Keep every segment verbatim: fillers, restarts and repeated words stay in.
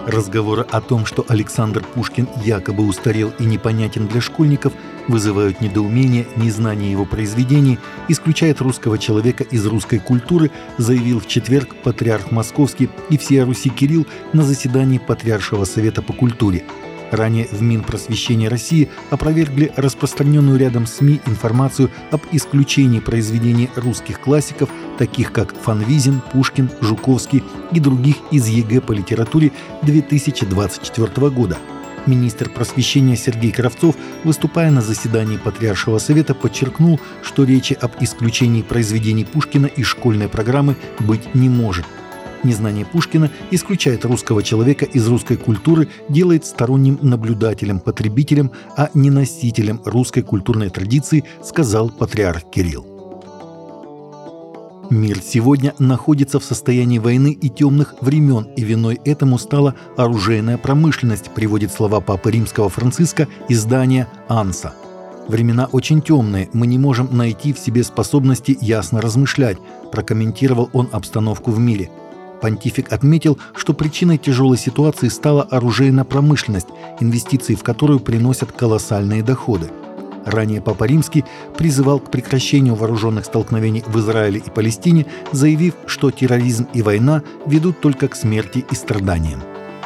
Разговоры о том, что Александр Пушкин якобы устарел и непонятен для школьников, вызывают недоумение, незнание его произведений, исключает русского человека из русской культуры, заявил в четверг патриарх Московский и всея Руси Кирилл на заседании Патриаршего совета по культуре. Ранее в Минпросвещении России опровергли распространенную рядом СМИ информацию об исключении произведений русских классиков, таких как Фанвизин, Пушкин, Жуковский и других из ЕГЭ по литературе две тысячи двадцать четвёртого года. Министр просвещения Сергей Кравцов, выступая на заседании Патриаршего совета, подчеркнул, что речи об исключении произведений Пушкина из школьной программы быть не может. Незнание Пушкина исключает русского человека из русской культуры, делает сторонним наблюдателем, потребителем, а не носителем русской культурной традиции, сказал патриарх Кирилл. Мир сегодня находится в состоянии войны и темных времен, и виной этому стала оружейная промышленность, приводит слова папы римского Франциска издания «Анса». «Времена очень темные, мы не можем найти в себе способности ясно размышлять», прокомментировал он обстановку в мире. Понтифик отметил, что причиной тяжелой ситуации стала оружейная промышленность, инвестиции в которую приносят колоссальные доходы. Ранее Папа Римский призывал к прекращению вооруженных столкновений в Израиле и Палестине, заявив, что терроризм и война ведут только к смерти и страданиям.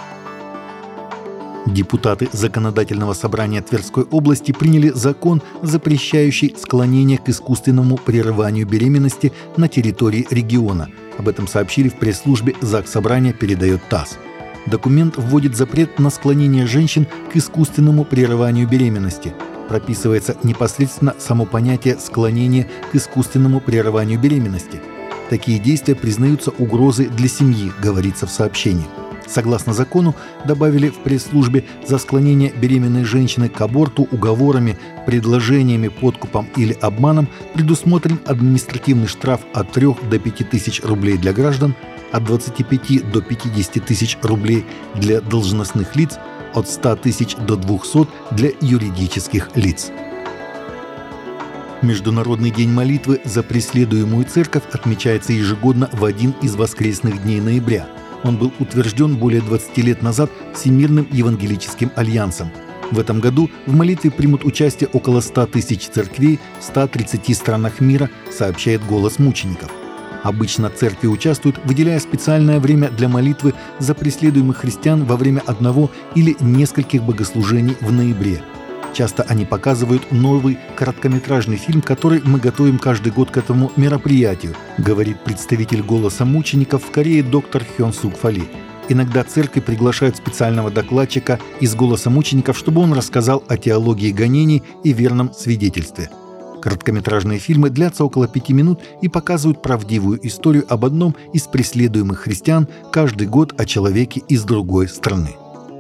Депутаты Законодательного собрания Тверской области приняли закон, запрещающий склонение к искусственному прерыванию беременности на территории региона. Об этом сообщили в пресс-службе Заксобрания, передает ТАСС. Документ вводит запрет на склонение женщин к искусственному прерыванию беременности. Прописывается непосредственно само понятие склонения к искусственному прерыванию беременности. Такие действия признаются угрозой для семьи, говорится в сообщении. Согласно закону, добавили в пресс-службе, за склонение беременной женщины к аборту уговорами, предложениями, подкупом или обманом предусмотрен административный штраф от трёх до пяти тысяч рублей для граждан, от двадцати пяти до пятидесяти тысяч рублей для должностных лиц, от ста тысяч до двухсот для юридических лиц. Международный день молитвы за преследуемую церковь отмечается ежегодно в один из воскресных дней ноября. Он был утвержден более двадцати лет назад Всемирным евангелическим альянсом. В этом году в молитве примут участие около ста тысяч церквей в ста тридцати странах мира, сообщает «Голос мучеников». Обычно церкви участвуют, выделяя специальное время для молитвы за преследуемых христиан во время одного или нескольких богослужений в ноябре. Часто они показывают новый короткометражный фильм, который мы готовим каждый год к этому мероприятию, говорит представитель «Голоса мучеников» в Корее доктор Хён Сук Фали. Иногда церкви приглашают специального докладчика из «Голоса мучеников», чтобы он рассказал о теологии гонений и верном свидетельстве. Короткометражные фильмы длятся около пяти минут и показывают правдивую историю об одном из преследуемых христиан, каждый год о человеке из другой страны.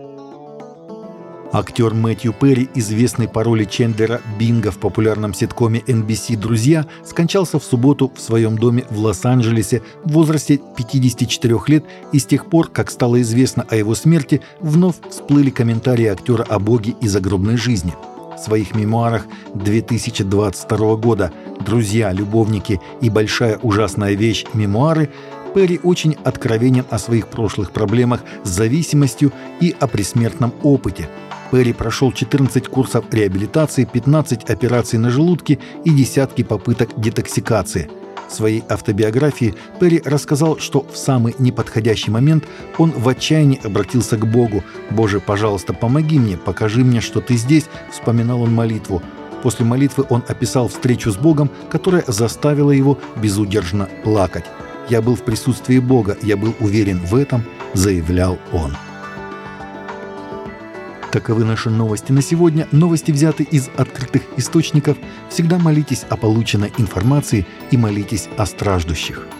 Актер Мэтью Перри, известный по роли Чендлера Бинга в популярном ситкоме эн би си «Друзья», скончался в субботу в своем доме в Лос-Анджелесе в возрасте пятидесяти четырёх лет, и с тех пор, как стало известно о его смерти, вновь всплыли комментарии актера о Боге и загробной жизни. В своих мемуарах две тысячи двадцать второго года «Друзья, любовники и большая ужасная вещь. Мемуары» Перри очень откровенен о своих прошлых проблемах с зависимостью и о предсмертном опыте. Перри прошел четырнадцать курсов реабилитации, пятнадцать операций на желудке и десятки попыток детоксикации. В своей автобиографии Перри рассказал, что в самый неподходящий момент он в отчаянии обратился к Богу. «Боже, пожалуйста, помоги мне, покажи мне, что ты здесь», — вспоминал он молитву. После молитвы он описал встречу с Богом, которая заставила его безудержно плакать. «Я был в присутствии Бога, я был уверен в этом», — заявлял он. Таковы наши новости на сегодня. Новости взяты из открытых источников. Всегда молитесь о полученной информации и молитесь о страждущих.